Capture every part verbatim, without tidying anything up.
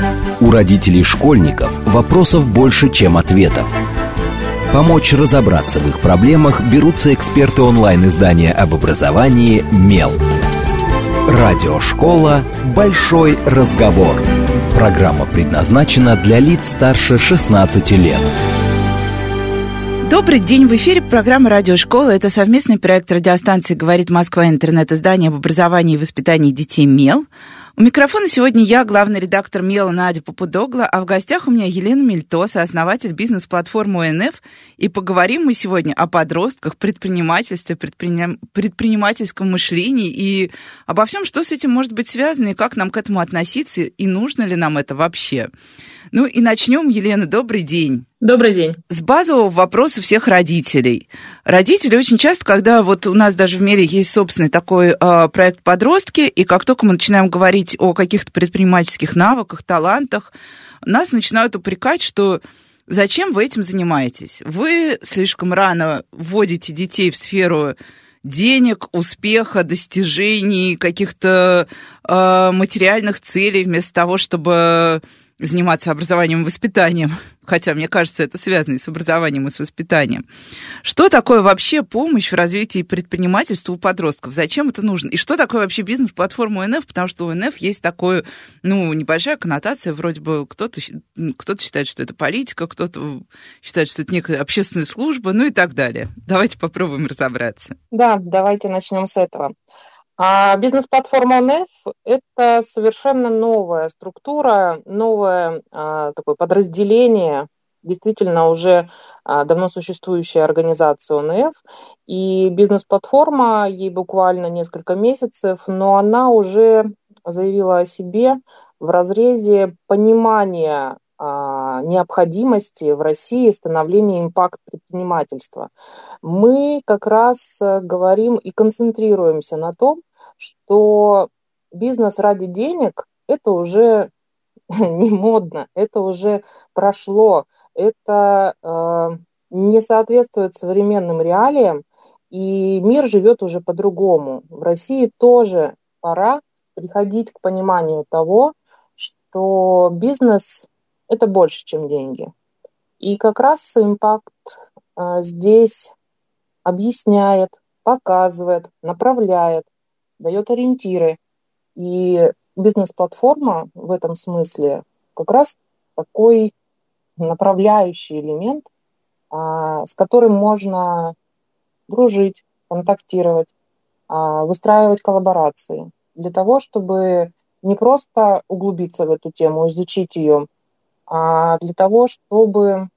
У родителей школьников вопросов больше, чем ответов. Помочь разобраться в их проблемах берутся эксперты онлайн-издания об образовании «Мел». Радиошкола «Большой разговор». Программа предназначена для лиц старше шестнадцати лет. Добрый день, в эфире программа «Радиошкола». Это совместный проект радиостанции «Говорит Москва», интернет-издание об образовании и воспитании детей «Мел». У микрофона сегодня я, главный редактор «Мела» Надя Попудогла, а в гостях у меня Елена Мельто, сооснователь бизнес-платформы о эн эф. И поговорим мы сегодня о подростках, предпринимательстве, предприним... предпринимательском мышлении и обо всем, что с этим может быть связано, и как нам к этому относиться, и нужно ли нам это вообще. Ну и начнем, Елена, добрый день. Добрый день. С базового вопроса всех родителей. Родители очень часто, когда вот у нас даже в Меле есть собственный такой э, проект «Подростки», и как только мы начинаем говорить о каких-то предпринимательских навыках, талантах, нас начинают упрекать, что зачем вы этим занимаетесь? Вы слишком рано вводите детей в сферу денег, успеха, достижений, каких-то э, материальных целей, вместо того, чтобы заниматься образованием и воспитанием. Хотя, мне кажется, это связано и с образованием, и с воспитанием. Что такое вообще помощь в развитии предпринимательства у подростков? Зачем это нужно? И что такое вообще бизнес-платформа о эн эф? Потому что у эн эф есть такое, ну, небольшая коннотация, вроде бы кто-то, кто-то считает, что это политика, кто-то считает, что это некая общественная служба, ну и так далее. Давайте попробуем разобраться. Да, давайте начнем с этого. А бизнес-платформа о эн эф – это совершенно новая структура, новое а, такое подразделение, действительно уже а, давно существующая организация о эн эф. И бизнес-платформа, ей буквально несколько месяцев, но она уже заявила о себе в разрезе понимания а, необходимости в России становления импакт-предпринимательства. Мы как раз говорим и концентрируемся на том, что бизнес ради денег – это уже не модно, это уже прошло, это э, не соответствует современным реалиям, и мир живет уже по-другому. В России тоже пора приходить к пониманию того, что бизнес – это больше, чем деньги. И как раз импакт э, здесь объясняет, показывает, направляет, дает ориентиры. И бизнес-платформа в этом смысле как раз такой направляющий элемент, с которым можно дружить, контактировать, выстраивать коллаборации для того, чтобы не просто углубиться в эту тему, изучить ее, а для того, чтобы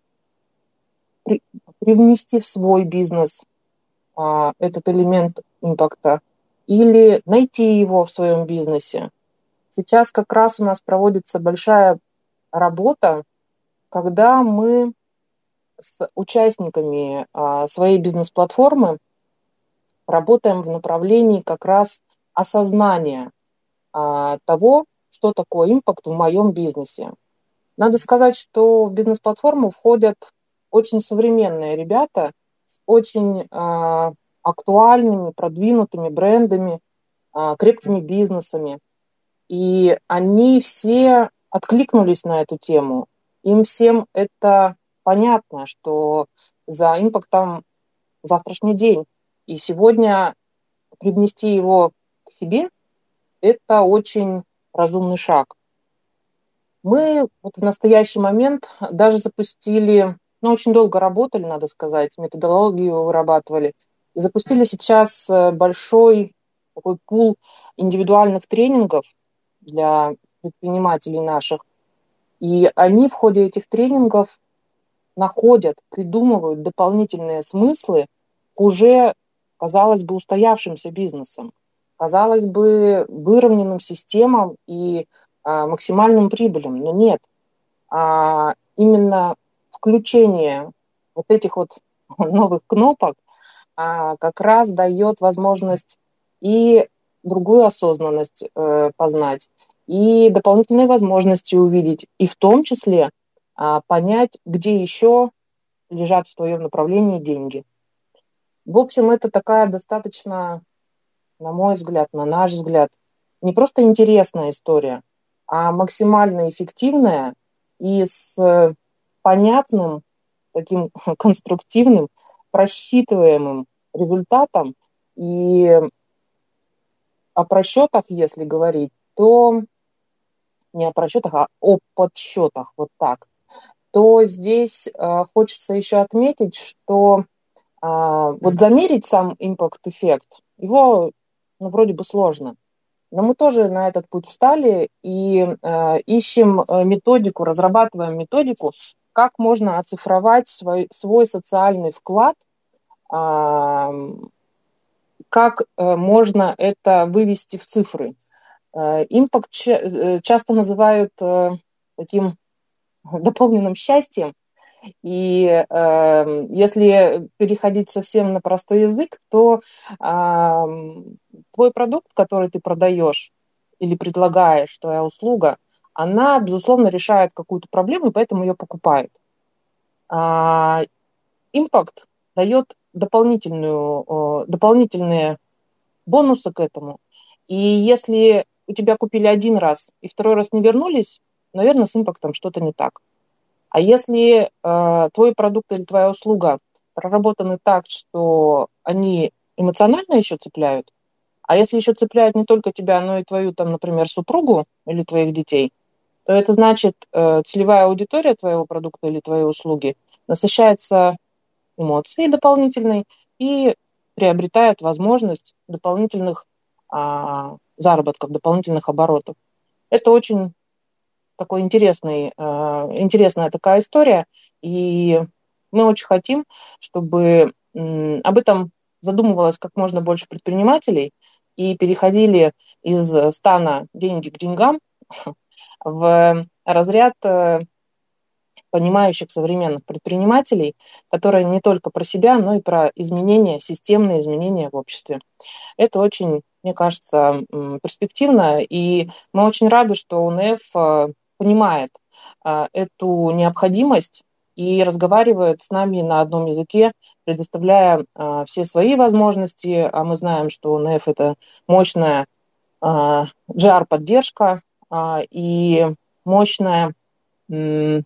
привнести в свой бизнес этот элемент импакта или найти его в своем бизнесе. Сейчас как раз у нас проводится большая работа, когда мы с участниками своей бизнес-платформы работаем в направлении как раз осознания того, что такое импакт в моем бизнесе. Надо сказать, что в бизнес-платформу входят очень современные ребята, с очень э, актуальными, продвинутыми брендами, э, крепкими бизнесами. И они все откликнулись на эту тему. Им всем это понятно, что за импактом завтрашний день. И сегодня привнести его к себе – это очень разумный шаг. Мы вот в настоящий момент даже запустили... Ну, очень долго работали, надо сказать, методологию вырабатывали. И запустили сейчас большой такой пул индивидуальных тренингов для предпринимателей наших. И они в ходе этих тренингов находят, придумывают дополнительные смыслы к уже, казалось бы, устоявшимся бизнесам, казалось бы, выровненным системам и а, максимальным прибылям. Но нет. А, именно включение вот этих вот новых кнопок а, как раз дает возможность и другую осознанность э, познать, и дополнительные возможности увидеть, и в том числе а, понять, где еще лежат в твоем направлении деньги. В общем, это такая достаточно, на мой взгляд, на наш взгляд, не просто интересная история, а максимально эффективное и с понятным, таким конструктивным, просчитываемым результатом. И о просчетах, если говорить, то не о просчетах, а о подсчетах, вот так, то здесь э, хочется еще отметить, что э, вот замерить сам импакт-эффект, его ну, вроде бы сложно. Но мы тоже на этот путь встали и э, ищем методику, разрабатываем методику, как можно оцифровать свой, свой социальный вклад, э, как э, можно это вывести в цифры. Э, импакт ча- часто называют э, таким дополненным счастьем. И э, если переходить совсем на простой язык, то э, твой продукт, который ты продаешь или предлагаешь, твоя услуга, она, безусловно, решает какую-то проблему, и поэтому ее покупают. А импакт дает дополнительную, э, дополнительные бонусы к этому. И если у тебя купили один раз и второй раз не вернулись, наверное, с импактом что-то не так. А если э, твой продукт или твоя услуга проработаны так, что они эмоционально еще цепляют, а если еще цепляют не только тебя, но и твою, там, например, супругу или твоих детей, то это значит, э, целевая аудитория твоего продукта или твоей услуги насыщается эмоцией дополнительной и приобретает возможность дополнительных а, заработков, дополнительных оборотов. Это очень такой интересный, э, интересная такая история, и мы очень хотим, чтобы м, об этом задумывалось как можно больше предпринимателей и переходили из стана деньги к деньгам в разряд э, понимающих современных предпринимателей, которые не только про себя, но и про изменения, системные изменения в обществе. Это очень, мне кажется, м, перспективно, и мы очень рады, что УНФ э, понимает э, эту необходимость и разговаривает с нами на одном языке, предоставляя э, все свои возможности. А мы знаем, что УНФ – это мощная э, джи ар-поддержка э, и мощная, м,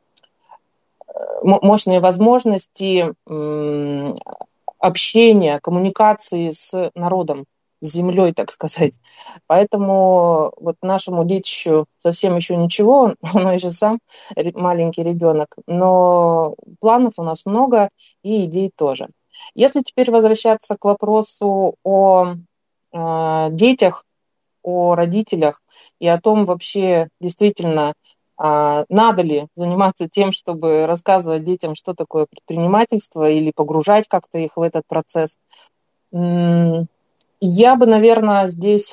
мощные возможности м, общения, коммуникации с народом, с землей, так сказать. Поэтому вот нашему детищу совсем еще ничего, он, он еще сам маленький ребенок, но планов у нас много и идей тоже. Если теперь возвращаться к вопросу о э, детях, о родителях и о том вообще действительно, а, надо ли заниматься тем, чтобы рассказывать детям, что такое предпринимательство, или погружать как-то их в этот процесс. Я бы, наверное, здесь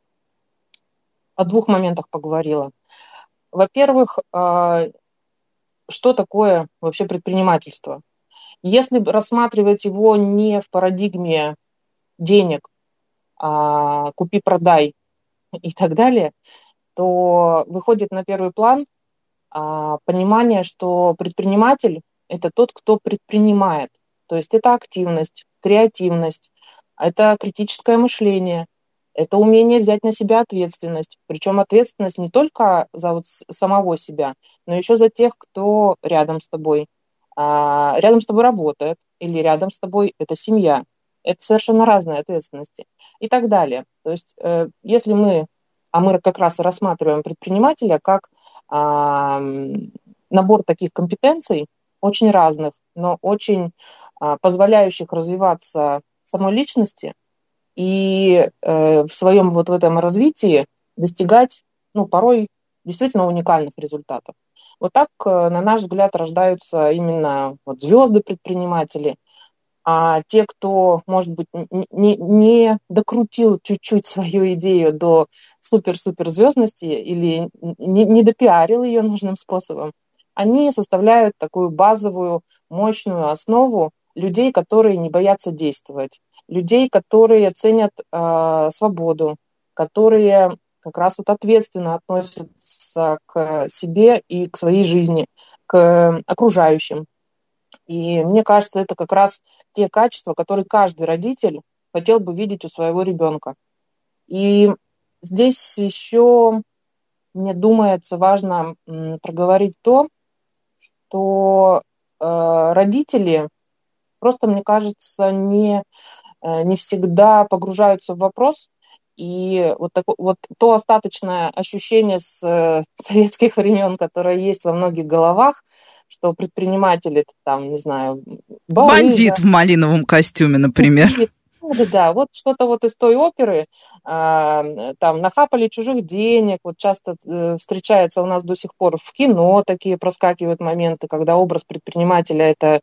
о двух моментах поговорила. Во-первых, что такое вообще предпринимательство? Если рассматривать его не в парадигме денег, купи-продай и так далее, то выходит на первый план понимание, что предприниматель – это тот, кто предпринимает. То есть это активность, креативность, это критическое мышление, это умение взять на себя ответственность. Причем ответственность не только за вот самого себя, но еще за тех, кто рядом с тобой. Рядом с тобой работает или рядом с тобой – это семья. Это совершенно разные ответственности и так далее. То есть если мы а мы как раз и рассматриваем предпринимателя как а, набор таких компетенций, очень разных, но очень а, позволяющих развиваться самой личности и э, в своем вот в этом развитии достигать, ну, порой действительно уникальных результатов. Вот так, на наш взгляд, рождаются именно вот звезды-предприниматели, а те, кто, может быть, не, не докрутил чуть-чуть свою идею до супер-супер-звездности или не, не допиарил ее нужным способом, они составляют такую базовую, мощную основу людей, которые не боятся действовать, людей, которые ценят э, свободу, которые как раз вот ответственно относятся к себе и к своей жизни, к окружающим. И мне кажется, это как раз те качества, которые каждый родитель хотел бы видеть у своего ребенка. И здесь еще мне думается, важно проговорить то, что родители просто, мне кажется, не, не всегда погружаются в вопрос. И вот, так, вот то остаточное ощущение с советских времен, которое есть во многих головах, что предприниматель это там, не знаю, барыга, бандит в малиновом костюме, например. Да-да-да, вот что-то вот из той оперы, там, нахапали чужих денег, вот часто встречается у нас до сих пор в кино такие проскакивают моменты, когда образ предпринимателя это...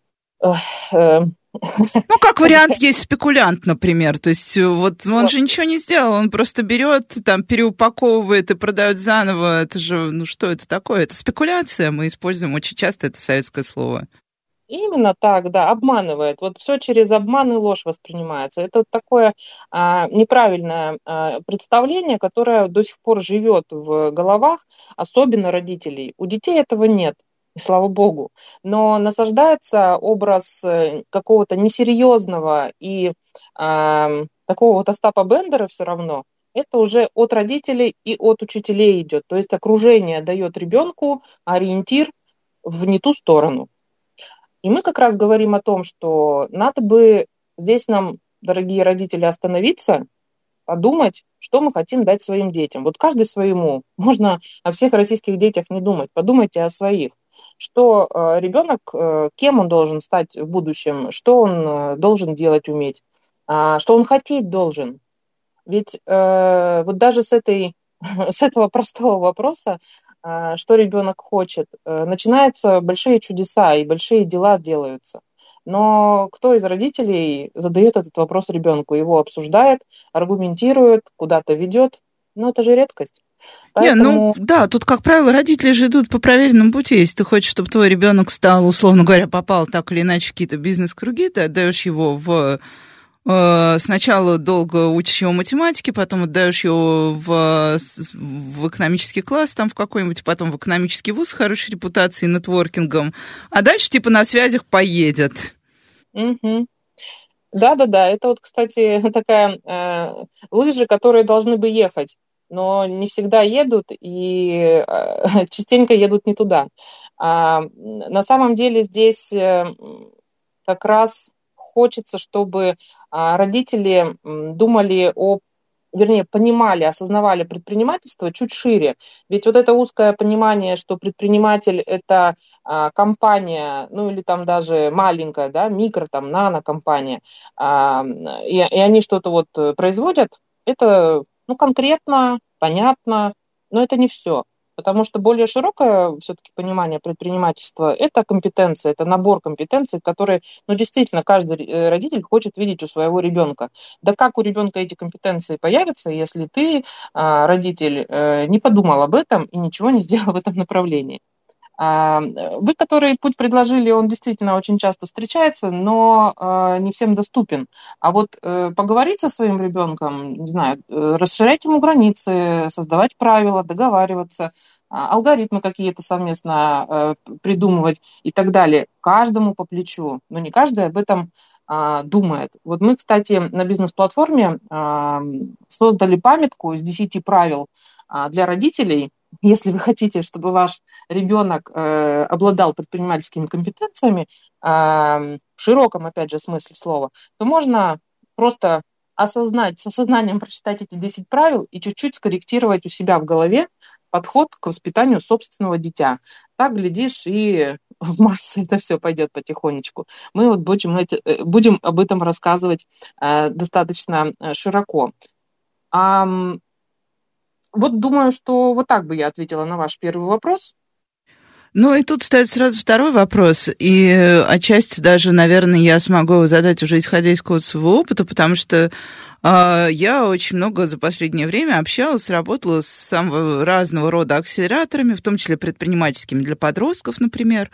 Ну, как вариант, есть спекулянт, например. То есть вот он вот. же ничего не сделал, он просто берет, там, переупаковывает и продает заново. Это же, ну что это такое? Это спекуляция, мы используем очень часто это советское слово. Именно так, да, обманывает. Вот все через обман и ложь воспринимается. Это вот такое а, неправильное а, представление, которое до сих пор живет в головах, особенно родителей. У детей этого нет. И слава богу. Но насаждается образ какого-то несерьезного и э, такого вот Остапа Бендера все равно. Это уже от родителей и от учителей идет. То есть окружение дает ребенку ориентир в не ту сторону. И мы как раз говорим о том, что надо бы здесь нам, дорогие родители, остановиться, подумать, что мы хотим дать своим детям. Вот каждый своему. Можно о всех российских детях не думать. Подумайте о своих. Что э, ребенок, э, кем он должен стать в будущем, что он э, должен делать, уметь, э, что он хотеть должен. Ведь э, вот даже с, этой, с этого простого вопроса, э, что ребенок хочет, э, начинаются большие чудеса и большие дела делаются. Но кто из родителей задает этот вопрос ребенку, его обсуждает, аргументирует, куда-то ведет? Ну, это же редкость. Поэтому... Не, ну, да, тут, как правило, родители же идут по проверенному пути. Если ты хочешь, чтобы твой ребенок стал, условно говоря, попал так или иначе в какие-то бизнес-круги, ты отдаешь его в... Сначала долго учишь его математике, потом отдаешь его в, в экономический класс, там в какой-нибудь, потом в экономический вуз с хорошей репутацией, нетворкингом, а дальше типа на связях поедет. Угу. Да-да-да, это вот, кстати, такая э, лыжи, которые должны бы ехать, но не всегда едут и э, частенько едут не туда. А, на самом деле здесь э, как раз хочется, чтобы родители думали о, вернее, понимали, осознавали предпринимательство чуть шире. Ведь вот это узкое понимание, что предприниматель – это компания, ну или там даже маленькая, да, микро, там, нано-компания, и, и они что-то вот производят, это, ну, конкретно, понятно, но это не все. Потому что более широкое все-таки понимание предпринимательства – это компетенция, это набор компетенций, которые, ну, действительно, каждый родитель хочет видеть у своего ребенка. Да как у ребенка эти компетенции появятся, если ты, родитель, не подумал об этом и ничего не сделал в этом направлении? Вы, который путь предложили, он действительно очень часто встречается, но не всем доступен. А вот поговорить со своим ребенком, не знаю, расширять ему границы, создавать правила, договариваться, алгоритмы какие-то совместно придумывать и так далее. Каждому по плечу, но не каждый об этом думает. Вот мы, кстати, на бизнес-платформе создали памятку из десяти правил для родителей. Если вы хотите, чтобы ваш ребенок э, обладал предпринимательскими компетенциями, э, в широком, опять же, смысле слова, то можно просто осознать, с осознанием прочитать эти десять правил и чуть-чуть скорректировать у себя в голове подход к воспитанию собственного дитя. Так, глядишь, и в массы это все пойдет потихонечку. Мы вот будем, будем об этом рассказывать э, достаточно широко. А, Вот думаю, что вот так бы я ответила на ваш первый вопрос. Ну, и тут стоит сразу второй вопрос, и отчасти даже, наверное, я смогу его задать уже исходя из какого-то своего опыта, потому что э, я очень много за последнее время общалась, работала с самого разного рода акселераторами, в том числе предпринимательскими для подростков, например.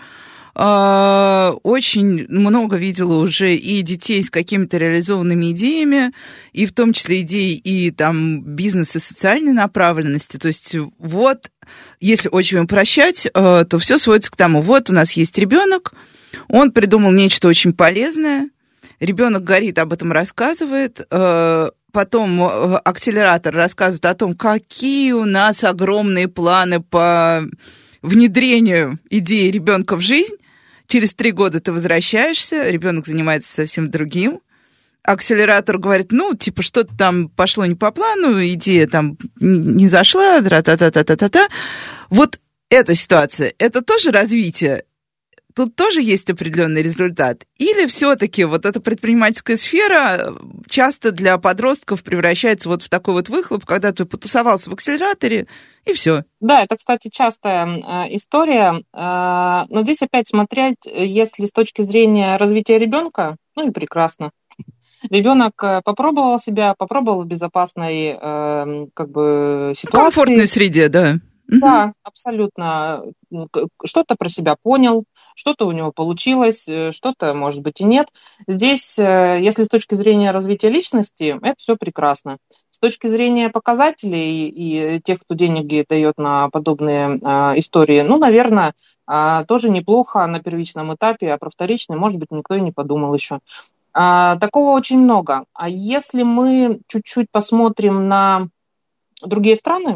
Очень много видела уже и детей с какими-то реализованными идеями, и в том числе идей и там бизнес и социальной направленности. То есть вот, если очень упрощать, то все сводится к тому, вот у нас есть ребенок, он придумал нечто очень полезное, ребенок горит, об этом рассказывает, потом акселератор рассказывает о том, какие у нас огромные планы по внедрению идеи ребенка в жизнь. Через три года ты возвращаешься, ребенок занимается совсем другим. Акселератор говорит, ну, типа, что-то там пошло не по плану, идея там не зашла, тра-та-та-та-та-та. Вот эта ситуация, это тоже развитие? Тут тоже есть определенный результат? Или все-таки вот эта предпринимательская сфера часто для подростков превращается вот в такой вот выхлоп, когда ты потусовался в акселераторе, и все? Да, это, кстати, частая э, история. Э, но здесь опять смотреть, если с точки зрения развития ребенка, ну и прекрасно. Ребенок попробовал себя, попробовал в безопасной э, как бы ситуации. В комфортной среде, да. Да, угу. Абсолютно. Что-то про себя понял, что-то у него получилось, что-то, может быть, и нет. Здесь, если с точки зрения развития личности, это все прекрасно. С точки зрения показателей и тех, кто деньги дает на подобные э, истории, ну, наверное, э, тоже неплохо на первичном этапе, а про вторичный, может быть, никто и не подумал еще. Э, такого очень много. А если мы чуть-чуть посмотрим на другие страны,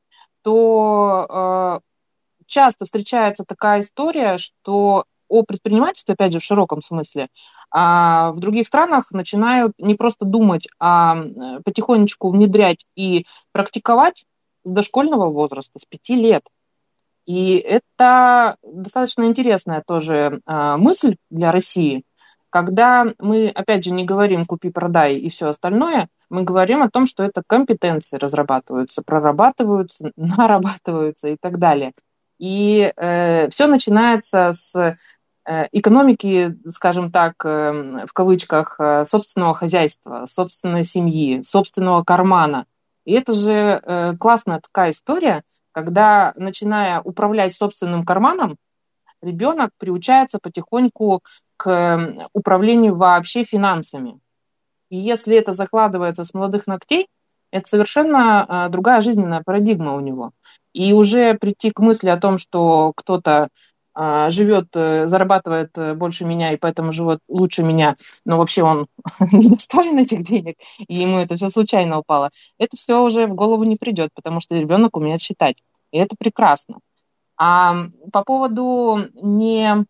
то э, часто встречается такая история, что о предпринимательстве, опять же, в широком смысле, э, в других странах начинают не просто думать, а потихонечку внедрять и практиковать с дошкольного возраста, с пяти лет. И это достаточно интересная тоже э, мысль для России. Когда мы, опять же, не говорим «купи-продай» и все остальное, мы говорим о том, что это компетенции разрабатываются, прорабатываются, нарабатываются и так далее. И э, все начинается с э, экономики, скажем так, э, в кавычках, э, собственного хозяйства, собственной семьи, собственного кармана. И это же э, классная такая история, когда, начиная управлять собственным карманом, ребенок приучается потихоньку к управлению вообще финансами. И если это закладывается с молодых ногтей, это совершенно другая жизненная парадигма у него. И уже прийти к мысли о том, что кто-то живет, зарабатывает больше меня и поэтому живет лучше меня, но вообще он недостоин этих денег, и ему это все случайно упало, это все уже в голову не придет, потому что ребенок умеет считать. И это прекрасно. А по поводу не,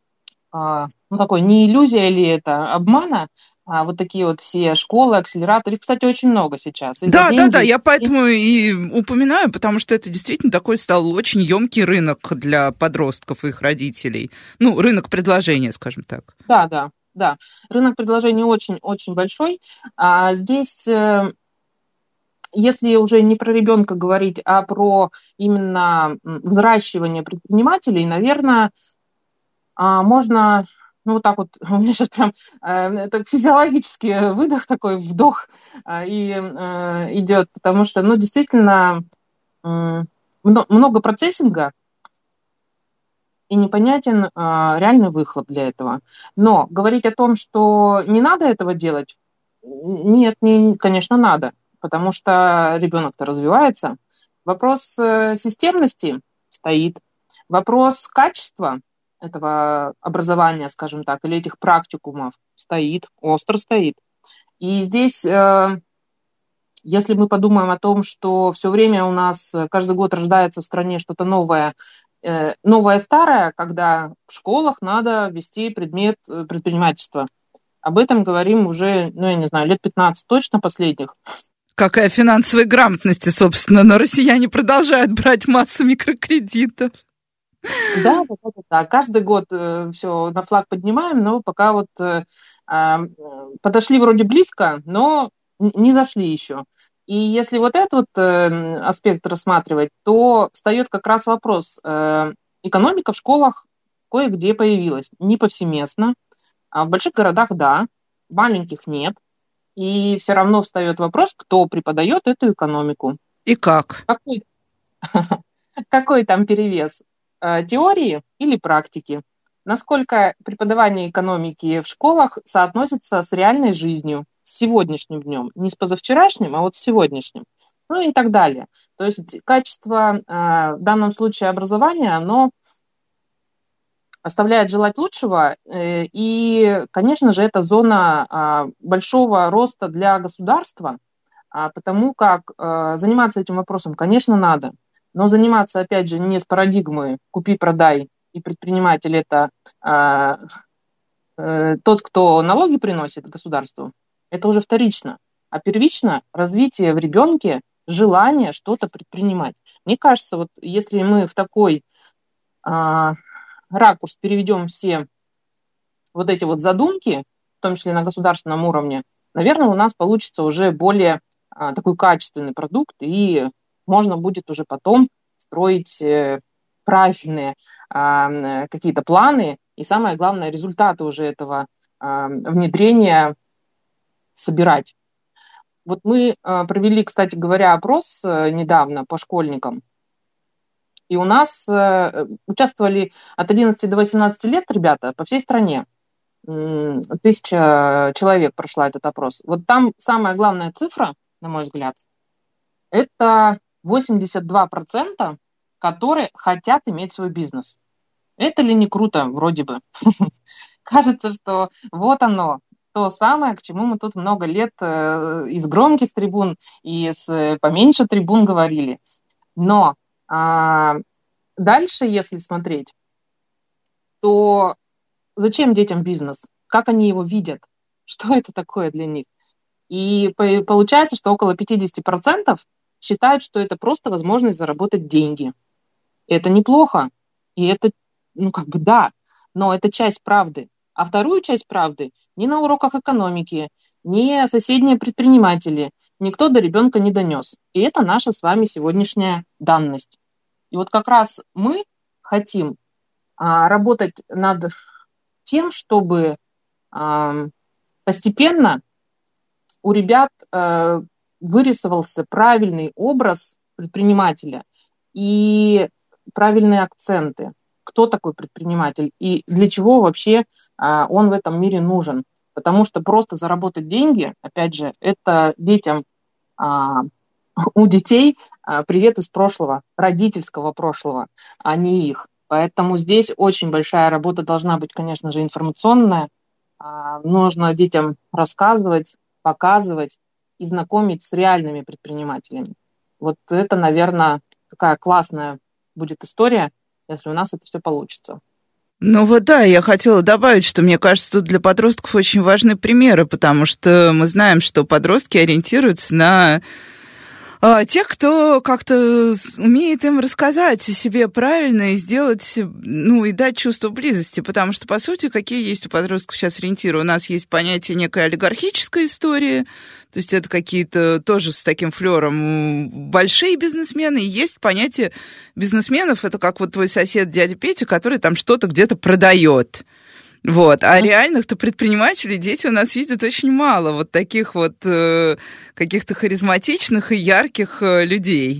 ну, такой, не иллюзия или это обмана, а вот такие вот все школы, акселераторы, их, кстати, очень много сейчас. И да, деньги, да, да, я поэтому и упоминаю, потому что это действительно такой стал очень емкий рынок для подростков и их родителей. Ну, рынок предложения, скажем так. Да, да, да. Рынок предложения очень-очень большой. А здесь... Если уже не про ребенка говорить, а про именно взращивание предпринимателей, наверное, можно, ну вот так вот, у меня сейчас прям это физиологический выдох такой, вдох и идет, потому что, ну, действительно, много процессинга и непонятен реальный выхлоп для этого. Но говорить о том, что не надо этого делать, нет, не, конечно, надо. Потому что ребенок-то развивается. Вопрос системности стоит. Вопрос качества этого образования, скажем так, или этих практикумов стоит, остро стоит. И здесь, если мы подумаем о том, что все время у нас каждый год рождается в стране что-то новое, новое старое, когда в школах надо ввести предмет предпринимательства. Об этом говорим уже, ну, я не знаю, лет пятнадцать точно последних. Какая финансовая грамотность, собственно, но россияне продолжают брать массу микрокредитов. Да, да, да, да. Каждый год э, все на флаг поднимаем, но пока вот э, э, подошли вроде близко, но не зашли еще. И если вот этот вот э, аспект рассматривать, то встает как раз вопрос. Э, экономика в школах кое-где появилась, не повсеместно. А в больших городах да, в маленьких нет. И все равно встает вопрос, кто преподает эту экономику. И как? Какой, какой там перевес? Теории или практики? Насколько преподавание экономики в школах соотносится с реальной жизнью, с сегодняшним днем? Не с позавчерашним, а вот с сегодняшним. Ну и так далее. То есть качество в данном случае образования, оно оставляет желать лучшего, и, конечно же, это зона большого роста для государства, потому как заниматься этим вопросом, конечно, надо, но заниматься, опять же, не с парадигмой «купи-продай», и предприниматель – это тот, кто налоги приносит государству, это уже вторично. А первично развитие в ребенке желание что-то предпринимать. Мне кажется, вот если мы в такой а, ракурс переведем все вот эти вот задумки, в том числе на государственном уровне, наверное, у нас получится уже более а, такой качественный продукт, и можно будет уже потом строить э, правильные а, какие-то планы, и самое главное, результаты уже этого а, внедрения собирать. Вот мы провели, кстати говоря, опрос недавно по школьникам, и у нас участвовали от одиннадцати до восемнадцати лет ребята по всей стране. Тысяча человек прошла этот опрос. Вот там самая главная цифра, на мой взгляд, это восемьдесят два процента, которые хотят иметь свой бизнес. Это ли не круто, вроде бы? Кажется, что вот оно, то самое, к чему мы тут много лет э, из громких трибун и с поменьше трибун говорили. Но э, дальше, если смотреть, то зачем детям бизнес? Как они его видят? Что это такое для них? И по- получается, что около пятьдесят процентов считают, что это просто возможность заработать деньги. Это неплохо. И это, ну как бы да, но это часть правды. А вторую часть правды ни на уроках экономики, ни соседние предприниматели, никто до ребенка не донес. И это наша с вами сегодняшняя данность. И вот как раз мы хотим а, работать над тем, чтобы а, постепенно у ребят а, вырисовался правильный образ предпринимателя и правильные акценты. Кто такой предприниматель и для чего вообще а, он в этом мире нужен. Потому что просто заработать деньги, опять же, это детям, а, у детей а, привет из прошлого, родительского прошлого, а не их. Поэтому здесь очень большая работа должна быть, конечно же, информационная. А, нужно детям рассказывать, показывать и знакомить с реальными предпринимателями. Вот это, наверное, такая классная будет история, если у нас это все получится. Ну вот да, я хотела добавить, что мне кажется, тут для подростков очень важны примеры, потому что мы знаем, что подростки ориентируются на а, тех, кто как-то умеет им рассказать о себе правильно и сделать, ну и дать чувство близости, потому что, по сути, какие есть у подростков сейчас ориентиры? У нас есть понятие некой олигархической истории, то есть это какие-то тоже с таким флером большие бизнесмены, и есть понятие бизнесменов, это как вот твой сосед дядя Петя, который там что-то где-то продает. Вот. А реальных-то предпринимателей дети у нас видят очень мало, вот таких вот э, каких-то харизматичных и ярких э, людей.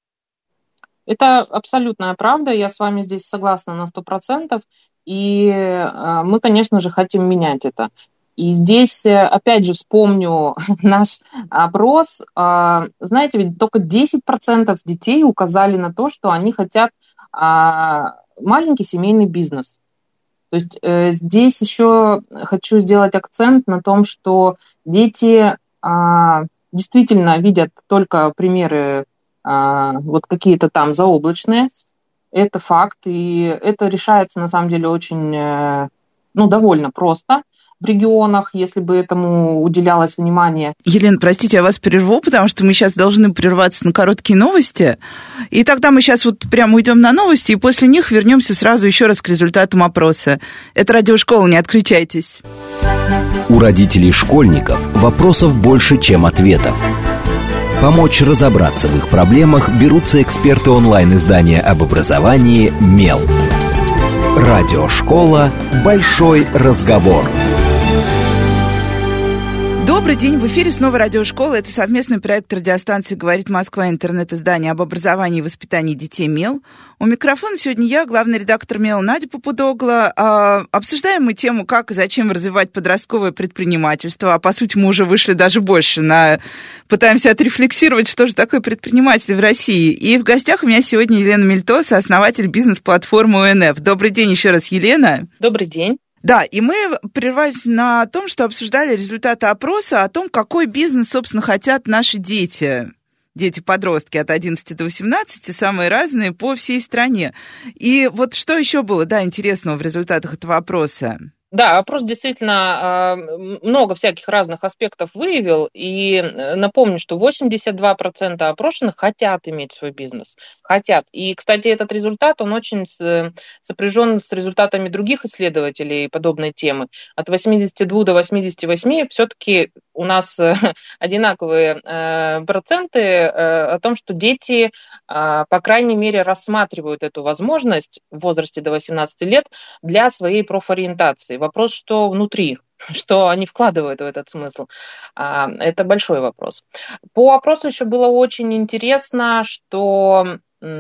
Это абсолютная правда, я с вами здесь согласна на сто процентов, и э, мы, конечно же, хотим менять это. И здесь, опять же, вспомню наш опрос. Знаете, ведь только десять процентов детей указали на то, что они хотят маленький семейный бизнес. То есть здесь еще хочу сделать акцент на том, что дети действительно видят только примеры вот какие-то там заоблачные. Это факт, и это решается на самом деле очень... ну, довольно просто в регионах, если бы этому уделялось внимание. Елена, простите, я вас прерву, потому что мы сейчас должны прерваться на короткие новости. И тогда мы сейчас вот прямо уйдем на новости, и после них вернемся сразу еще раз к результатам опроса. Это радиошкола, не отключайтесь. У родителей школьников вопросов больше, чем ответов. Помочь разобраться в их проблемах берутся эксперты онлайн-издания об образовании «Мел». Радиошкола «Большой разговор». Добрый день, в эфире снова радиошкола. Это совместный проект радиостанции «Говорит Москва», интернет-издание об образовании и воспитании детей «Мел». У микрофона сегодня я, главный редактор «Мел» Надя Попудогла. А, обсуждаем мы тему, как и зачем развивать подростковое предпринимательство. А по сути мы уже вышли даже больше на... Пытаемся отрефлексировать, что же такое предприниматель в России. И в гостях у меня сегодня Елена Мельтоса, основатель бизнес-платформы ОНФ. Добрый день еще раз, Елена. Добрый день. Да, и мы прервались на том, что обсуждали результаты опроса о том, какой бизнес, собственно, хотят наши дети. Дети-подростки от одиннадцати до восемнадцати, самые разные по всей стране. И вот что еще было, да, интересного в результатах этого опроса? Да, опрос действительно много всяких разных аспектов выявил, и напомню, что восемьдесят два процента опрошенных хотят иметь свой бизнес, хотят. И, кстати, этот результат, он очень сопряжен с результатами других исследователей подобной темы. От восьмидесяти двух до восьмидесяти восьми все-таки у нас одинаковые проценты о том, что дети, по крайней мере, рассматривают эту возможность в возрасте до восемнадцати лет для своей профориентации. Вопрос, что внутри, что они вкладывают в этот смысл, это большой вопрос. По опросу еще было очень интересно, что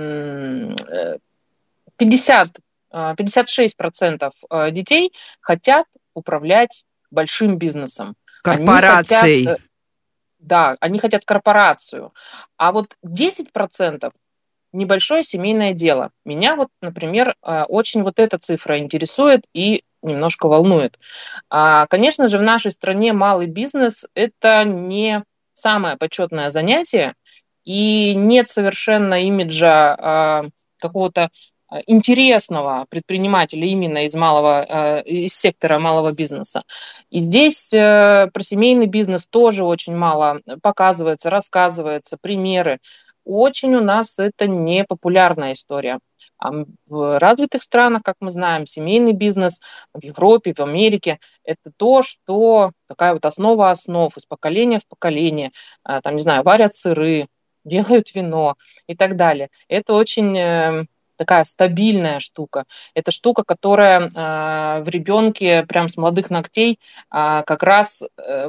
пятьдесят, пятьдесят шесть процентов детей хотят управлять большим бизнесом. Корпорацией. Они хотят, да, они хотят корпорацию. А вот десять процентов небольшое семейное дело. Меня вот, например, очень вот эта цифра интересует и немножко волнует. Конечно же, в нашей стране малый бизнес – это не самое почетное занятие, и нет совершенно имиджа какого-то интересного предпринимателя именно из малого, из сектора малого бизнеса. И здесь про семейный бизнес тоже очень мало показывается, рассказывается, примеры. Очень у нас это не популярная история. А в развитых странах, как мы знаем, семейный бизнес в Европе, в Америке – это то, что такая вот основа основ из поколения в поколение. Там, не знаю, варят сыры, делают вино и так далее. Это очень такая стабильная штука. Это штука, которая в ребенке прям с молодых ногтей как раз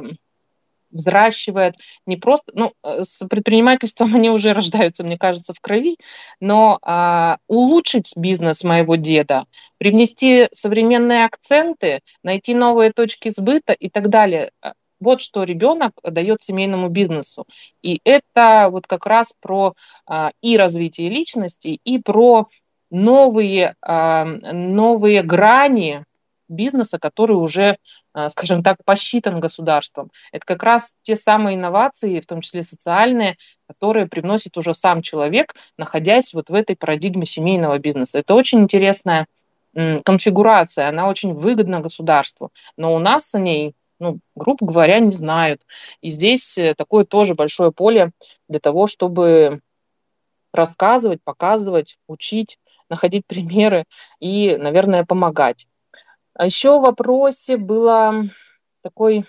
взращивает не просто, ну, с предпринимательством они уже рождаются, мне кажется, в крови, но а, улучшить бизнес моего деда, привнести современные акценты, найти новые точки сбыта и так далее. Вот что ребенок дает семейному бизнесу. И это вот как раз про а, и развитие личности, и про новые, а, новые грани бизнеса, который уже, скажем так, посчитан государством. Это как раз те самые инновации, в том числе социальные, которые привносит уже сам человек, находясь вот в этой парадигме семейного бизнеса. Это очень интересная конфигурация, она очень выгодна государству, но у нас о ней, ну, грубо говоря, не знают. И здесь такое тоже большое поле для того, чтобы рассказывать, показывать, учить, находить примеры и, наверное, помогать. А еще в вопросе была такой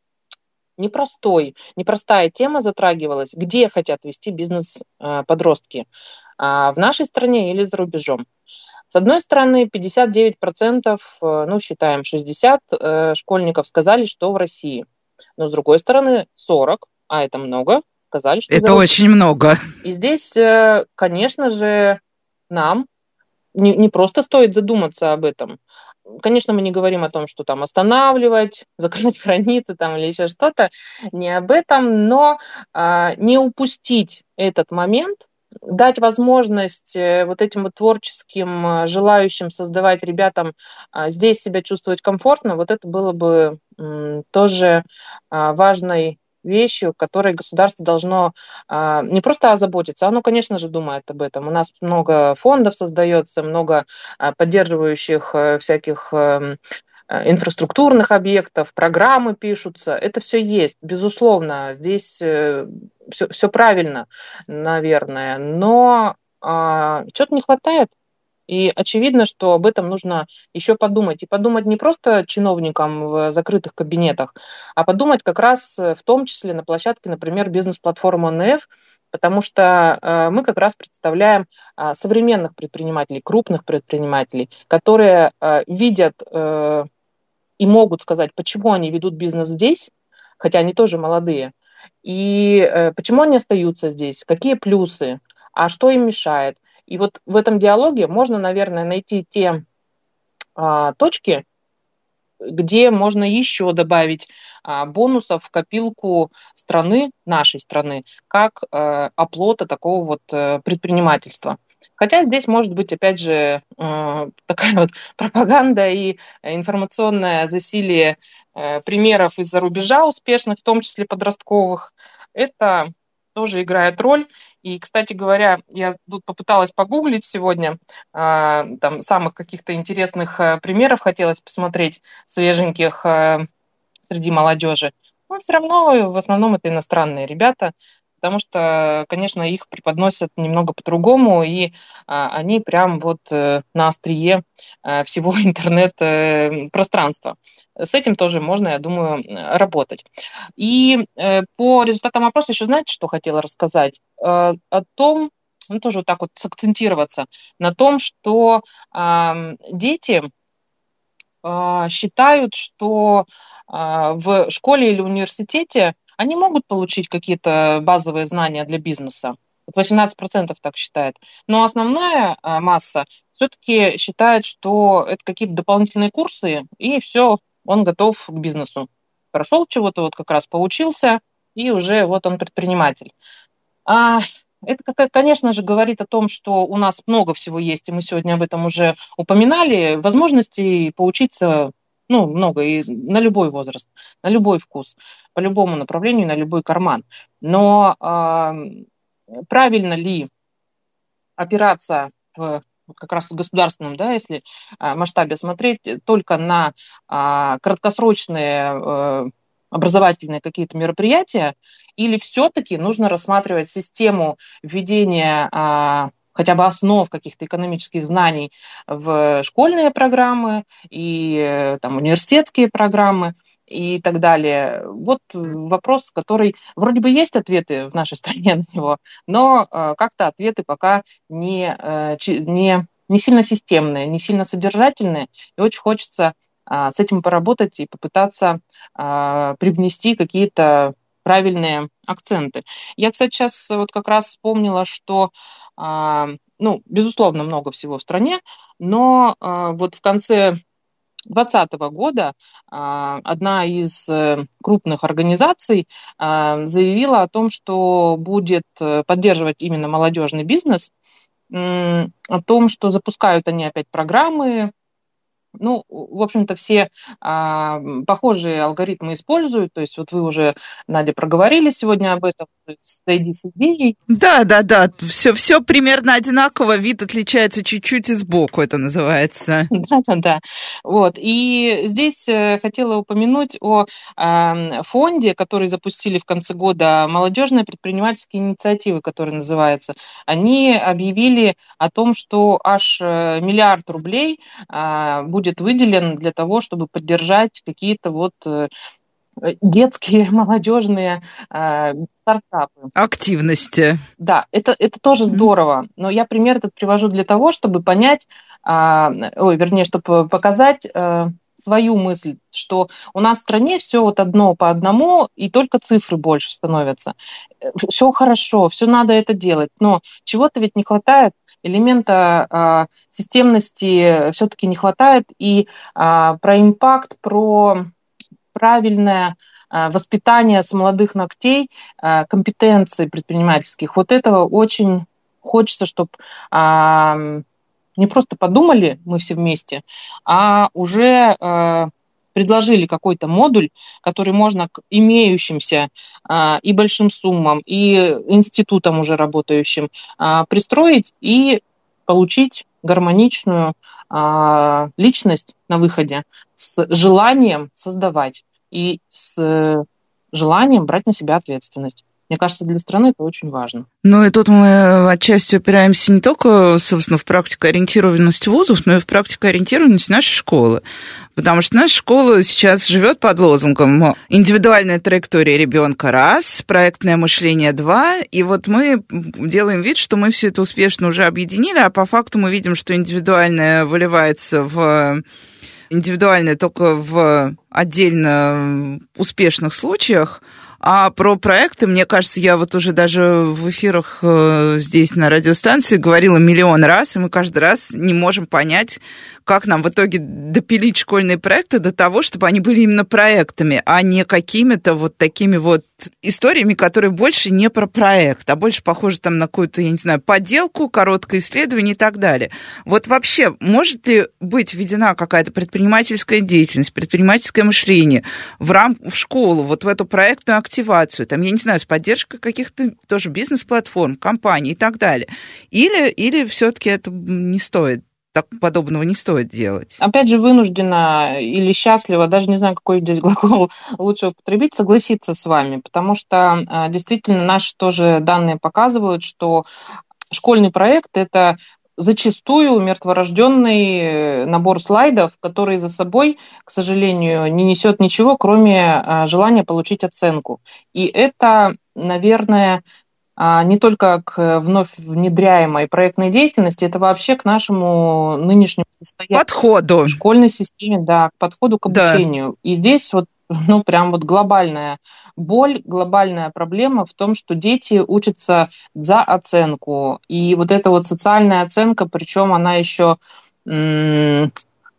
непростой, непростая тема затрагивалась, где хотят вести бизнес подростки, в нашей стране или за рубежом. С одной стороны, пятьдесят девять процентов, ну, считаем, шестьдесят школьников сказали, что в России. Но с другой стороны, сорок, а это много, сказали, что... Это очень много. И здесь, конечно же, нам не, не просто стоит задуматься об этом. Конечно, мы не говорим о том, что там останавливать, закрыть границы там, или еще что-то, не об этом, но а, не упустить этот момент, дать возможность вот этим вот творческим, желающим создавать ребятам а, здесь себя чувствовать комфортно, вот это было бы м, тоже а, важной вещью, которой государство должно а, не просто озаботиться, оно, конечно же, думает об этом. У нас много фондов создается, много а, поддерживающих а, всяких а, инфраструктурных объектов, программы пишутся. Это все есть, безусловно. Здесь а, все, все правильно, наверное. Но а, чего-то не хватает. И очевидно, что об этом нужно еще подумать. И подумать не просто чиновникам в закрытых кабинетах, а подумать как раз в том числе на площадке, например, бизнес-платформы эн эф, потому что мы как раз представляем современных предпринимателей, крупных предпринимателей, которые видят и могут сказать, почему они ведут бизнес здесь, хотя они тоже молодые, и почему они остаются здесь, какие плюсы, а что им мешает. И вот в этом диалоге можно, наверное, найти те а, точки, где можно еще добавить а, бонусов в копилку страны, нашей страны, как а, оплота такого вот а, предпринимательства. Хотя здесь может быть, опять же, такая вот пропаганда и информационное засилие примеров из-за рубежа успешных, в том числе подростковых. Это тоже играет роль. И, кстати говоря, я тут попыталась погуглить сегодня, там самых каких-то интересных примеров хотелось посмотреть, свеженьких среди молодежи. Но все равно в основном это иностранные ребята, потому что, конечно, их преподносят немного по-другому, и а, они прям вот э, на острие э, всего интернет-пространства. С этим тоже можно, я думаю, работать. И э, по результатам опроса еще, знаете, что хотела рассказать? Э, о том, ну, тоже вот так вот сакцентироваться на том, что э, дети э, считают, что э, в школе или университете они могут получить какие-то базовые знания для бизнеса. восемнадцать процентов так считает. Но основная масса все-таки считает, что это какие-то дополнительные курсы, и все, он готов к бизнесу. Прошел чего-то, вот как раз поучился, и уже вот он предприниматель. А это, конечно же, говорит о том, что у нас много всего есть, и мы сегодня об этом уже упоминали, возможностей поучиться. Ну, много, и на любой возраст, на любой вкус, по любому направлению, на любой карман. Но э, правильно ли опираться в, как раз в государственном, да, если э, масштабе смотреть, только на э, краткосрочные э, образовательные какие-то мероприятия, или все-таки нужно рассматривать систему введения э, хотя бы основ каких-то экономических знаний в школьные программы и там, университетские программы и так далее. Вот вопрос, который вроде бы есть ответы в нашей стране на него, но как-то ответы пока не, не, не сильно системные, не сильно содержательные, и очень хочется с этим поработать и попытаться привнести какие-то правильные акценты. Я, кстати, сейчас вот как раз вспомнила, что, ну, безусловно, много всего в стране, но вот в конце двадцатого года одна из крупных организаций заявила о том, что будет поддерживать именно молодежный бизнес, о том, что запускают они опять программы. Ну, в общем-то, все а, похожие алгоритмы используют. То есть вот вы уже, Надя, проговорили сегодня об этом. Зайди с идеей. Да, да, да. Все, все примерно одинаково. Вид отличается чуть-чуть и сбоку, это называется. Да, да, да. Вот. И здесь хотела упомянуть о а, фонде, который запустили в конце года, молодежные предпринимательские инициативы, который называется. Они объявили о том, что аж миллиард рублей а, будет будет выделен для того, чтобы поддержать какие-то вот детские, молодежные э, стартапы. Активности. Да, это, это тоже здорово. Но я пример этот привожу для того, чтобы понять, э, ой, вернее, чтобы показать э, свою мысль, что у нас в стране все вот одно по одному, и только цифры больше становятся. Все хорошо, все надо это делать, но чего-то ведь не хватает. Элемента а, системности все-таки не хватает, и а, про импакт, про правильное а, воспитание с молодых ногтей а, компетенций предпринимательских, вот этого очень хочется, чтобы а, не просто подумали мы все вместе, а уже а, предложили какой-то модуль, который можно к имеющимся а, и большим суммам, и институтам уже работающим а, пристроить и получить гармоничную а, личность на выходе с желанием создавать и с желанием брать на себя ответственность. Мне кажется, для страны это очень важно. Ну и тут мы отчасти опираемся не только, собственно, в практикоориентированность вузов, но и в практикоориентированность нашей школы. Потому что наша школа сейчас живет под лозунгом «Индивидуальная траектория ребенка раз, проектное мышление два». И вот мы делаем вид, что мы все это успешно уже объединили, а по факту мы видим, что индивидуальное выливается в... индивидуальное только в отдельно успешных случаях. А про проекты, мне кажется, я вот уже даже в эфирах здесь на радиостанции говорила миллион раз, и мы каждый раз не можем понять, как нам в итоге допилить школьные проекты до того, чтобы они были именно проектами, а не какими-то вот такими вот историями, которые больше не про проект, а больше похожи там на какую-то, я не знаю, подделку, короткое исследование и так далее. Вот вообще, может ли быть введена какая-то предпринимательская деятельность, предпринимательское мышление в рам... в школу, вот в эту проектную активацию, там, я не знаю, с поддержкой каких-то тоже бизнес-платформ, компаний и так далее? Или, или все-таки это не стоит? Так подобного не стоит делать. Опять же, вынуждена или счастлива, даже не знаю, какой здесь глагол лучше употребить, согласиться с вами, потому что действительно наши тоже данные показывают, что школьный проект – это зачастую мертворожденный набор слайдов, который за собой, к сожалению, не несет ничего, кроме желания получить оценку. И это, наверное, не только к вновь внедряемой проектной деятельности, это вообще к нашему нынешнему состоянию. Подходу. В школьной системе, да, к подходу к обучению. Да. И здесь вот, ну, прям вот глобальная боль, глобальная проблема в том, что дети учатся за оценку. И вот эта вот социальная оценка, причем она еще... М-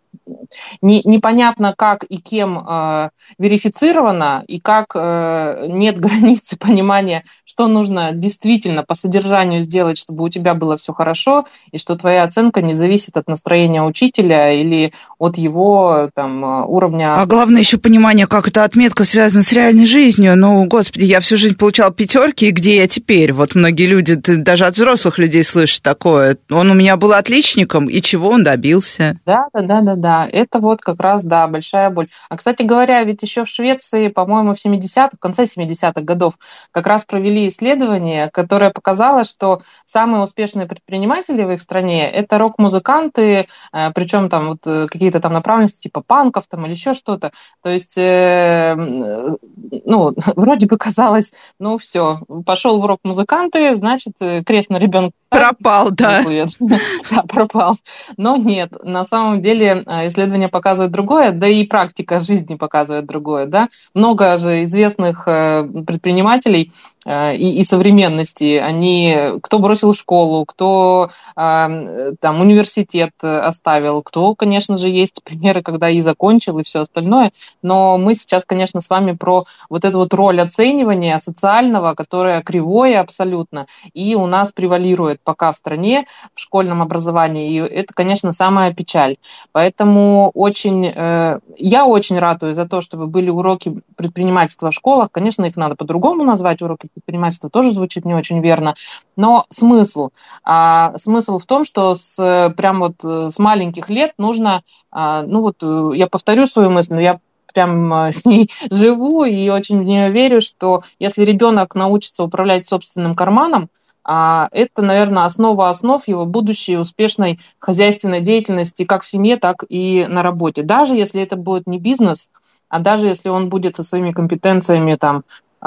Не, непонятно, как и кем э, верифицировано, и как э, нет границы понимания, что нужно действительно по содержанию сделать, чтобы у тебя было все хорошо, и что твоя оценка не зависит от настроения учителя или от его там, уровня... А главное еще понимание, как эта отметка связана с реальной жизнью. Ну, господи, я всю жизнь получал пятерки, и где я теперь? Вот многие люди, даже от взрослых людей слышат такое. Он у меня был отличником, и чего он добился? Да, да, да, да, да. Это вот как раз, да, большая боль. А, кстати говоря, ведь еще в Швеции, по-моему, в семидесятых, в конце семидесятых годов как раз провели исследование, которое показало, что самые успешные предприниматели в их стране – это рок-музыканты, причем там вот какие-то там направленности типа панков там или еще что-то. То есть, э, ну, вроде бы казалось, ну все, пошел в рок-музыканты, значит, крест на ребенка. Пропал, да. Да, пропал. Но нет, на самом деле исследования показывают другое, да и практика жизни показывает другое, да. Много же известных предпринимателей и, и современности, они, кто бросил школу, кто там университет оставил, кто, конечно же, есть примеры, когда и закончил, и все остальное, но мы сейчас, конечно, с вами про вот эту вот роль оценивания социального, которое кривое абсолютно, и у нас превалирует пока в стране в школьном образовании, и это, конечно, самая печаль. Поэтому очень, э, я очень ратую за то, чтобы были уроки предпринимательства в школах. Конечно, их надо по-другому назвать, уроки предпринимательства тоже звучит не очень верно, но смысл. А, смысл в том, что с, прям вот с маленьких лет нужно, а, ну вот я повторю свою мысль, но я прям с ней живу и очень в нее верю, что если ребенок научится управлять собственным карманом, это, наверное, основа основ его будущей успешной хозяйственной деятельности как в семье, так и на работе. Даже если это будет не бизнес, а даже если он будет со своими компетенциями там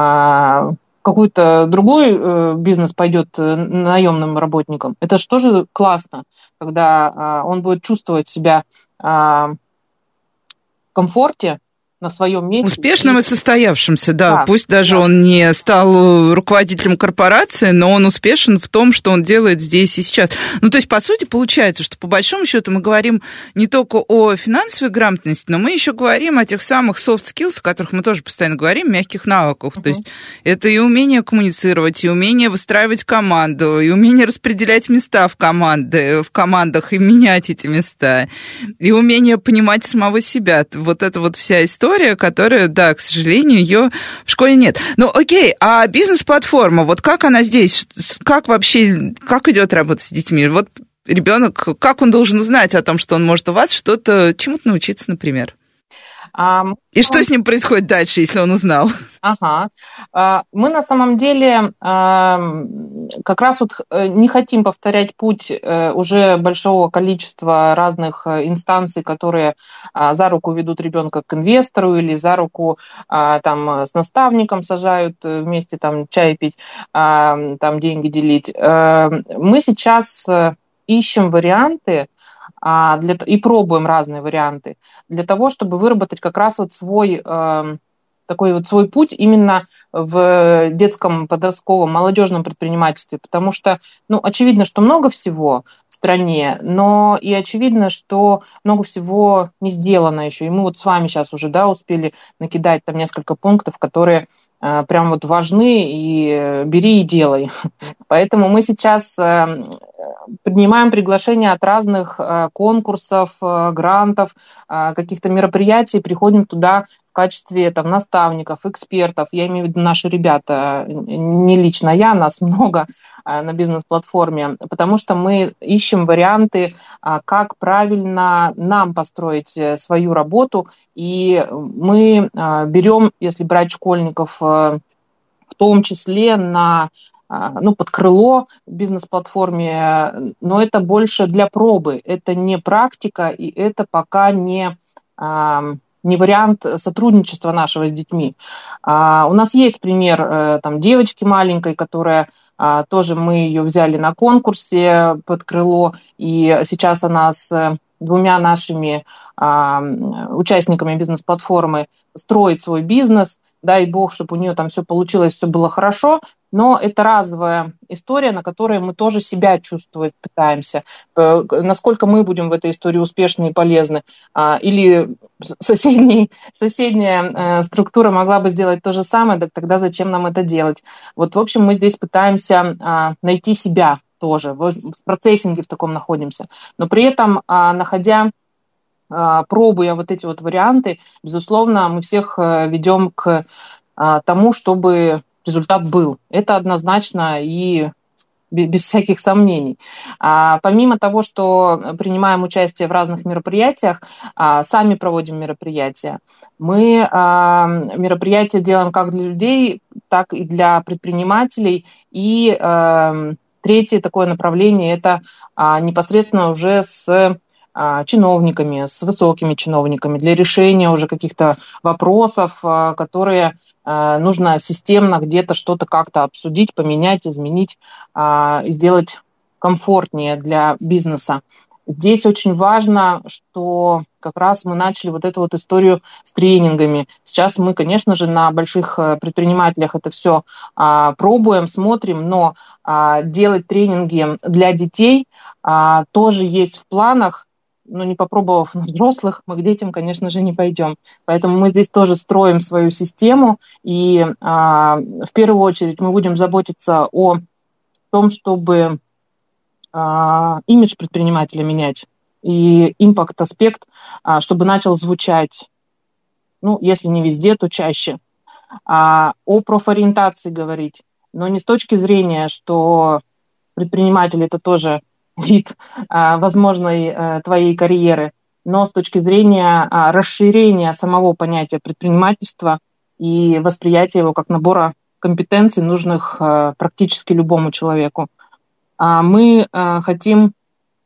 какой-то другой бизнес пойдет наемным работником, это же тоже классно, когда он будет чувствовать себя в комфорте, на своем месте. Успешным и состоявшимся, да. да Пусть даже да. он не стал руководителем корпорации, но он успешен в том, что он делает здесь и сейчас. Ну, то есть, по сути, получается, что по большому счету мы говорим не только о финансовой грамотности, но мы еще говорим о тех самых soft skills, о которых мы тоже постоянно говорим, мягких навыках. Uh-huh. То есть, это и умение коммуницировать, и умение выстраивать команду, и умение распределять места в, команды, в командах и менять эти места, и умение понимать самого себя. Вот это вот вся история, которая, да, к сожалению, ее в школе нет. Ну, окей, а бизнес-платформа, вот как она здесь? Как вообще, как идет работа с детьми? Вот ребенок, как он должен узнать о том, что он может у вас что-то, чему-то научиться, например? А, И он... что с ним происходит дальше, если он узнал? Ага. Мы на самом деле как раз вот не хотим повторять путь уже большого количества разных инстанций, которые за руку ведут ребенка к инвестору или за руку там с наставником сажают вместе там чай пить, там деньги делить. Мы сейчас ищем варианты, Для, и пробуем разные варианты для того, чтобы выработать как раз вот свой э, такой вот свой путь именно в детском, подростковом, молодежном предпринимательстве, потому что, ну, очевидно, что много всего в стране, но и очевидно, что много всего не сделано еще. И мы вот с вами сейчас уже, да, успели накидать там несколько пунктов, которые прям вот важны, и бери и делай. Поэтому мы сейчас принимаем приглашения от разных конкурсов, грантов, каких-то мероприятий, приходим туда в качестве там, наставников, экспертов. Я имею в виду наши ребята, не лично я, нас много на бизнес-платформе, потому что мы ищем варианты, как правильно нам построить свою работу, и мы берем, если брать школьников, в том числе на ну, под крыло бизнес-платформе, но это больше для пробы, это не практика, и это пока не, не вариант сотрудничества нашего с детьми. У нас есть пример там, девочки маленькой, которая тоже мы ее взяли на конкурсе под крыло, и сейчас она с двумя нашими а, участниками бизнес-платформы строит свой бизнес. Дай бог, чтобы у нее там все получилось, все было хорошо. Но это разовая история, на которой мы тоже себя чувствовать пытаемся. Насколько мы будем в этой истории успешны и полезны. А, или соседний, соседняя а, структура могла бы сделать то же самое, так тогда зачем нам это делать? Вот, в общем, мы здесь пытаемся а, найти себя тоже. В процессинге в таком находимся. Но при этом, находя, пробуя вот эти вот варианты, безусловно, мы всех ведем к тому, чтобы результат был. Это однозначно и без всяких сомнений. Помимо того, что принимаем участие в разных мероприятиях, сами проводим мероприятия. Мы мероприятия делаем как для людей, так и для предпринимателей. И третье такое направление – это а, непосредственно уже с а, чиновниками, с высокими чиновниками для решения уже каких-то вопросов, а, которые а, нужно системно где-то что-то как-то обсудить, поменять, изменить а, и сделать комфортнее для бизнеса. Здесь очень важно, что как раз мы начали вот эту вот историю с тренингами. Сейчас мы, конечно же, на больших предпринимателях это все а, пробуем, смотрим, но а, делать тренинги для детей а, тоже есть в планах, но не попробовав на взрослых, мы к детям, конечно же, не пойдем. Поэтому мы здесь тоже строим свою систему, и а, в первую очередь мы будем заботиться о том, чтобы имидж предпринимателя менять и импакт-аспект, чтобы начал звучать, ну, если не везде, то чаще. О профориентации говорить, но не с точки зрения, что предприниматель – это тоже вид возможной твоей карьеры, но с точки зрения расширения самого понятия предпринимательства и восприятия его как набора компетенций, нужных практически любому человеку. Мы хотим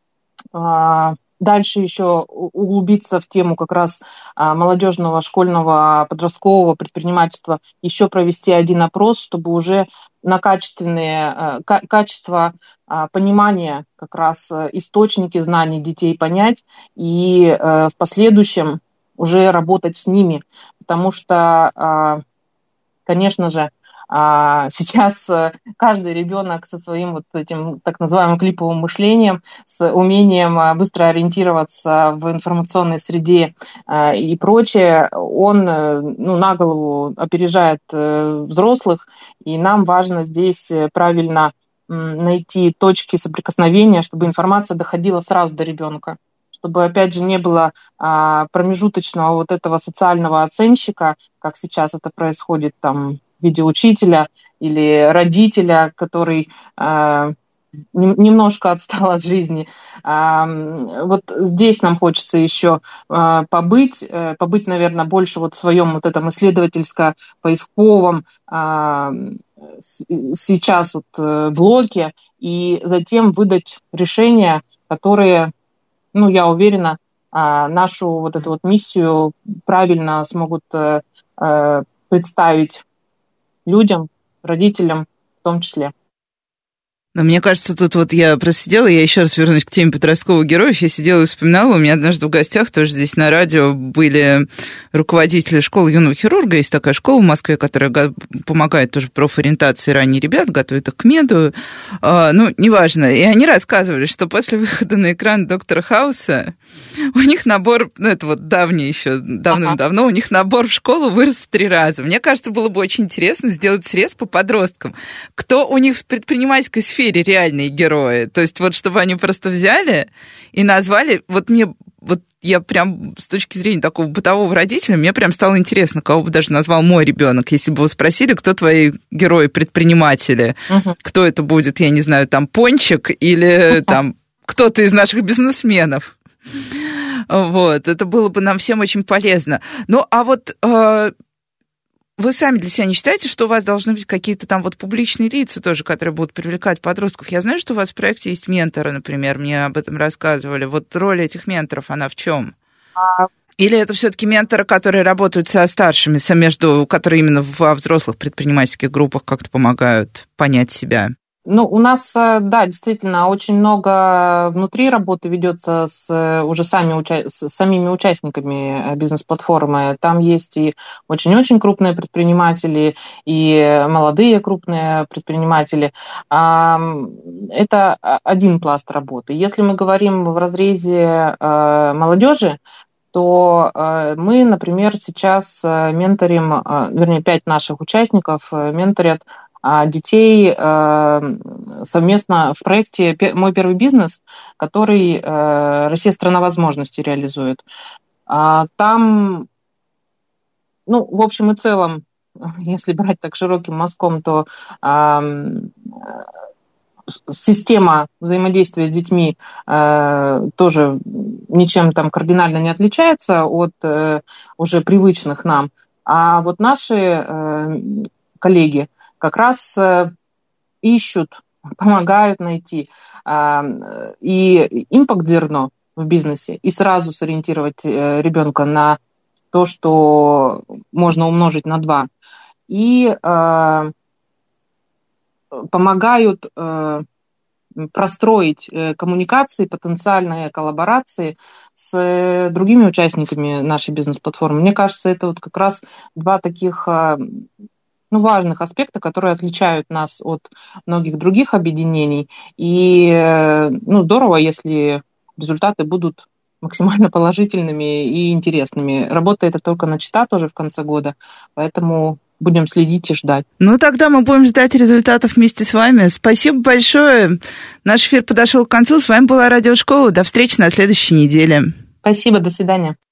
дальше еще углубиться в тему как раз молодежного, школьного, подросткового предпринимательства, еще провести один опрос, чтобы уже на качественные, качество понимания, как раз источники знаний детей понять и в последующем уже работать с ними, потому что, конечно же, сейчас каждый ребенок со своим вот этим так называемым клиповым мышлением, с умением быстро ориентироваться в информационной среде и прочее, он ну, на голову опережает взрослых, и нам важно здесь правильно найти точки соприкосновения, чтобы информация доходила сразу до ребенка, чтобы, опять же, не было промежуточного вот этого социального оценщика, как сейчас это происходит там, в виде учителя или родителя, который э, немножко отстал от жизни. Э, вот здесь нам хочется еще э, побыть, э, побыть, наверное, больше вот в своем вот этом исследовательско-поисковом э, сейчас вот э, блоке, и затем выдать решения, которые, ну, я уверена, э, нашу вот эту вот миссию правильно смогут э, э, представить людям, родителям в том числе. Но мне кажется, тут вот я просто сидела, я еще раз вернусь к теме подростковых героев, я сидела и вспоминала, у меня однажды в гостях тоже здесь на радио были руководители школы юного хирурга, есть такая школа в Москве, которая помогает тоже в профориентации ранее ребят, готовит их к меду, ну, неважно, и они рассказывали, что после выхода на экран «Доктора Хауса» у них набор, ну, это вот давний еще, давным-давно, ага. у них набор в школу вырос в три раза. Мне кажется, было бы очень интересно сделать срез по подросткам, кто у них в предпринимательской сфере реальные герои. То есть вот чтобы они просто взяли и назвали... Вот мне... Вот я прям с точки зрения такого бытового родителя, мне прям стало интересно, кого бы даже назвал мой ребенок, если бы вы спросили, кто твои герои-предприниматели, uh-huh. кто это будет, я не знаю, там, Пончик или uh-huh. там кто-то из наших бизнесменов. Вот, это было бы нам всем очень полезно. Ну, а вот... Вы сами для себя не считаете, что у вас должны быть какие-то там вот публичные лица тоже, которые будут привлекать подростков? Я знаю, что у вас в проекте есть менторы, например, мне об этом рассказывали. Вот роль этих менторов, она в чем? Или это все-таки менторы, которые работают со старшими, со между, которые именно во взрослых предпринимательских группах как-то помогают понять себя? Ну, у нас, да, действительно, очень много внутри работы ведется с уже сами уча... с самими участниками бизнес-платформы. Там есть и очень-очень крупные предприниматели, и молодые крупные предприниматели. Это один пласт работы. Если мы говорим в разрезе молодежи, то мы, например, сейчас менторим, вернее, пять наших участников менторят детей совместно в проекте «Мой первый бизнес», который «Россия – страна возможностей» реализует. Там, ну, в общем и целом, если брать так широким мазком, то система взаимодействия с детьми тоже ничем там кардинально не отличается от уже привычных нам. А вот наши коллеги как раз ищут, помогают найти и импакт-зерно в бизнесе, и сразу сориентировать ребенка на то, что можно умножить на два, и помогают простроить коммуникации, потенциальные коллаборации с другими участниками нашей бизнес-платформы. Мне кажется, это вот как раз два таких ну, важных аспекта, которые отличают нас от многих других объединений. И ну, здорово, если результаты будут максимально положительными и интересными. Работа это только начата тоже в конце года, поэтому будем следить и ждать. Ну, тогда мы будем ждать результатов вместе с вами. Спасибо большое. Наш эфир подошел к концу. С вами была Радиошкола. До встречи на следующей неделе. Спасибо, до свидания.